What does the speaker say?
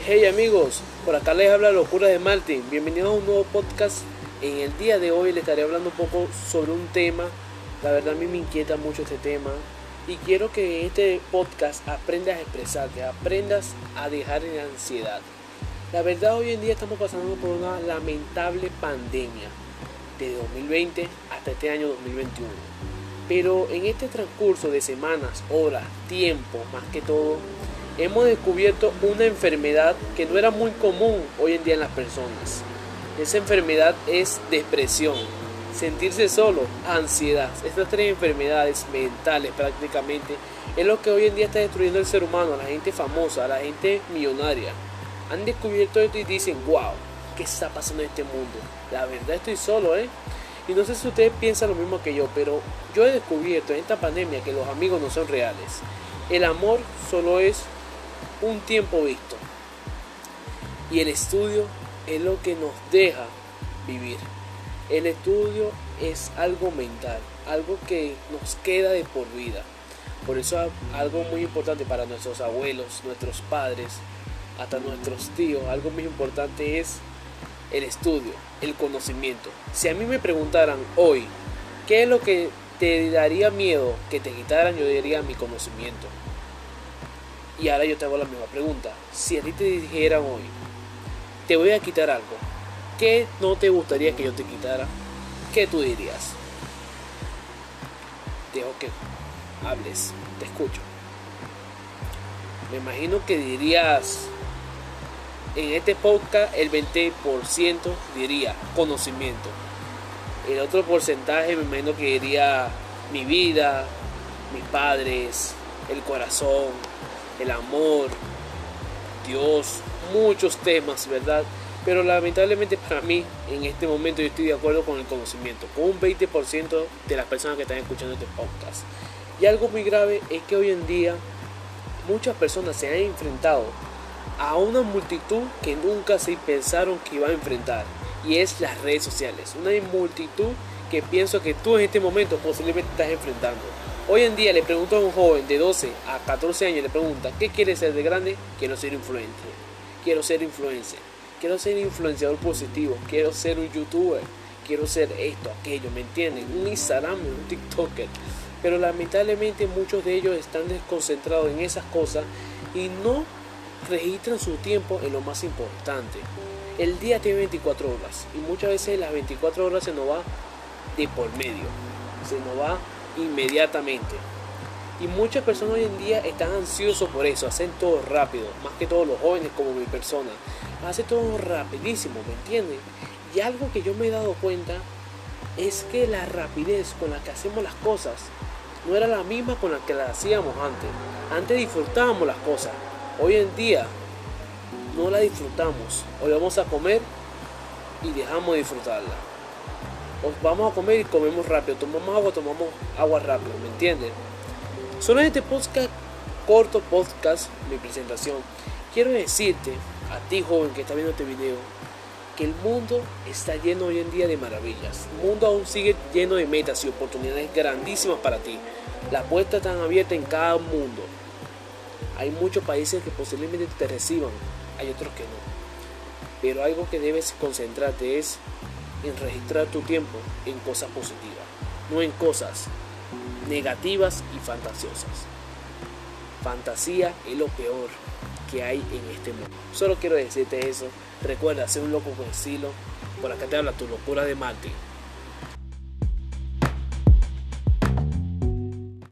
Hey amigos, por acá les habla Locura de Martin. Bienvenidos a un nuevo podcast. En el día de hoy les estaré hablando un poco sobre un tema. La verdad a mí me inquieta mucho este tema y quiero que en este podcast aprendas a expresarte, aprendas a dejar la ansiedad. La verdad hoy en día estamos pasando por una lamentable pandemia de 2020 hasta este año 2021. Pero en este transcurso de semanas, horas, tiempo, más que todo, hemos descubierto una enfermedad que no era muy común hoy en día en las personas. Esa enfermedad es depresión, sentirse solo, ansiedad. Estas tres enfermedades mentales prácticamente es lo que hoy en día está destruyendo el ser humano, a la gente famosa, a la gente millonaria. Han descubierto esto y dicen, wow, ¿qué está pasando en este mundo? La verdad estoy solo, Y no sé si ustedes piensan lo mismo que yo, pero yo he descubierto en esta pandemia que los amigos no son reales. El amor solo es un tiempo visto. Y el estudio es lo que nos deja vivir. El estudio es algo mental, algo que nos queda de por vida. Por eso algo muy importante para nuestros abuelos, nuestros padres, hasta nuestros tíos, algo muy importante es el estudio, el conocimiento. Si a mí me preguntaran hoy, ¿qué es lo que te daría miedo que te quitaran? Yo diría mi conocimiento. Y ahora yo te hago la misma pregunta. Si a ti te dijeran hoy, te voy a quitar algo, ¿qué no te gustaría que yo te quitara? ¿Qué tú dirías? Dejo que hables, te escucho. Me imagino que dirías, en este podcast el 20% diría conocimiento. El otro porcentaje me imagino que diría mi vida, mis padres, el corazón, el amor, Dios, muchos temas, ¿verdad? Pero lamentablemente para mí, en este momento yo estoy de acuerdo con el conocimiento, con un 20% de las personas que están escuchando este podcast. Y algo muy grave es que hoy en día muchas personas se han enfrentado a una multitud que nunca se pensaron que iba a enfrentar, y es las redes sociales, una multitud que pienso que tú en este momento posiblemente estás enfrentando. Hoy en día le pregunto a un joven de 12 a 14 años, le pregunta, ¿qué quieres ser de grande? Quiero ser influencer, quiero ser influencer, quiero ser influenciador positivo, quiero ser un youtuber, quiero ser esto, aquello, ¿me entienden? Un Instagram, un TikToker. Pero lamentablemente muchos de ellos están desconcentrados en esas cosas y no registran su tiempo en lo más importante. El día tiene 24 horas y muchas veces las 24 horas se nos va de por medio, se nos va inmediatamente. Y muchas personas hoy en día están ansiosos por eso, hacen todo rápido, más que todos los jóvenes como mi persona, hacen todo rapidísimo, ¿me entienden? Y algo que yo me he dado cuenta es que la rapidez con la que hacemos las cosas no era la misma con la que las hacíamos antes. Antes disfrutábamos las cosas, hoy en día no la disfrutamos. Hoy vamos a comer y dejamos de disfrutarla. Vamos a comer y comemos rápido, tomamos agua rápido, ¿me entienden? Solo en este corto podcast, mi presentación, quiero decirte a ti joven que está viendo este video, que el mundo está lleno hoy en día de maravillas. El mundo aún sigue lleno de metas y oportunidades grandísimas para ti. Las puertas están abiertas en cada mundo. Hay muchos países que posiblemente te reciban, hay otros que no. Pero algo que debes concentrarte es en registrar tu tiempo en cosas positivas, no en cosas negativas y fantasiosas. Fantasía es lo peor que hay en este mundo. Solo quiero decirte eso. Recuerda, ser un loco con estilo. Por acá te habla tu Locura de Martin.